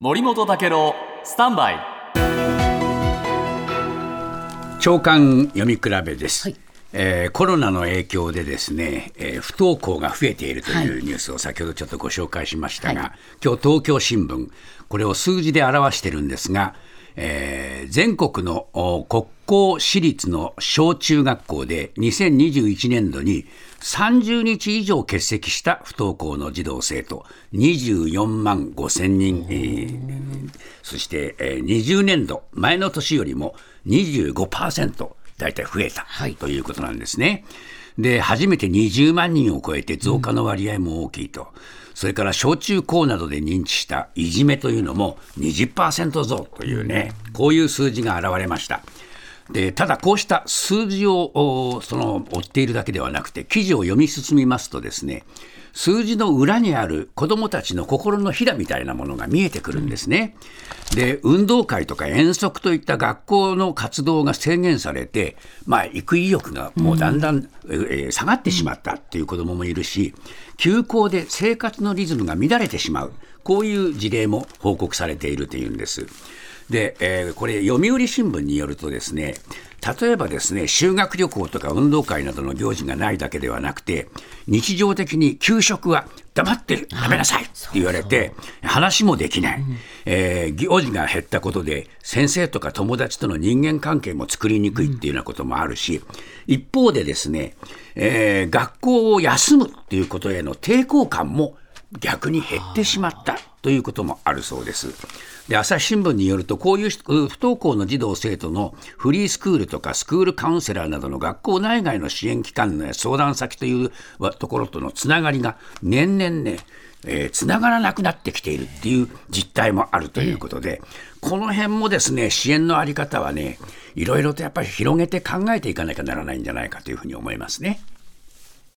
森本武郎スタンバイ朝刊読み比べです、 はい。 コロナの影響でですね、不登校が増えているというニュースを先ほどちょっとご紹介しましたが、 はい、 今日東京新聞これを数字で表しているんですが、全国の国公私立の小中学校で2021年度に30日以上欠席した不登校の児童生徒24万5千人、そして、20年度前の年よりも 25% 大体増えた、ということなんですね。で初めて20万人を超えて増加の割合も大きいと、それから小中高などで認知したいじめというのも 20% 増というね、こういう数字が現れました。でただこうした数字を追っているだけではなくて、記事を読み進みますとですね、数字の裏にある子どもたちの心のひだみたいなものが見えてくるんですね。で運動会とか遠足といった学校の活動が制限されて、行く意欲がもうだんだん、下がってしまったっていう子どももいるし、休校で生活のリズムが乱れてしまう、こういう事例も報告されているというんです。で、これ読売新聞によるとですね、例えばですね、修学旅行とか運動会などの行事がないだけではなくて、日常的に給食は黙って食べなさいって言われて話もできない、行事が減ったことで先生とか友達との人間関係も作りにくいっていうようなこともあるし、一方でですね、学校を休むっていうことへの抵抗感も逆に減ってしまったということもあるそうです。で朝日新聞によると、こういう不登校の児童生徒のフリースクールとかスクールカウンセラーなどの学校内外の支援機関の相談先というところとのつながりが年々ね、つながらなくなってきているっていう実態もあるということで、この辺もですね、支援のあり方はね、いろいろとやっぱり広げて考えていかなきゃならないんじゃないかというふうに思いますね。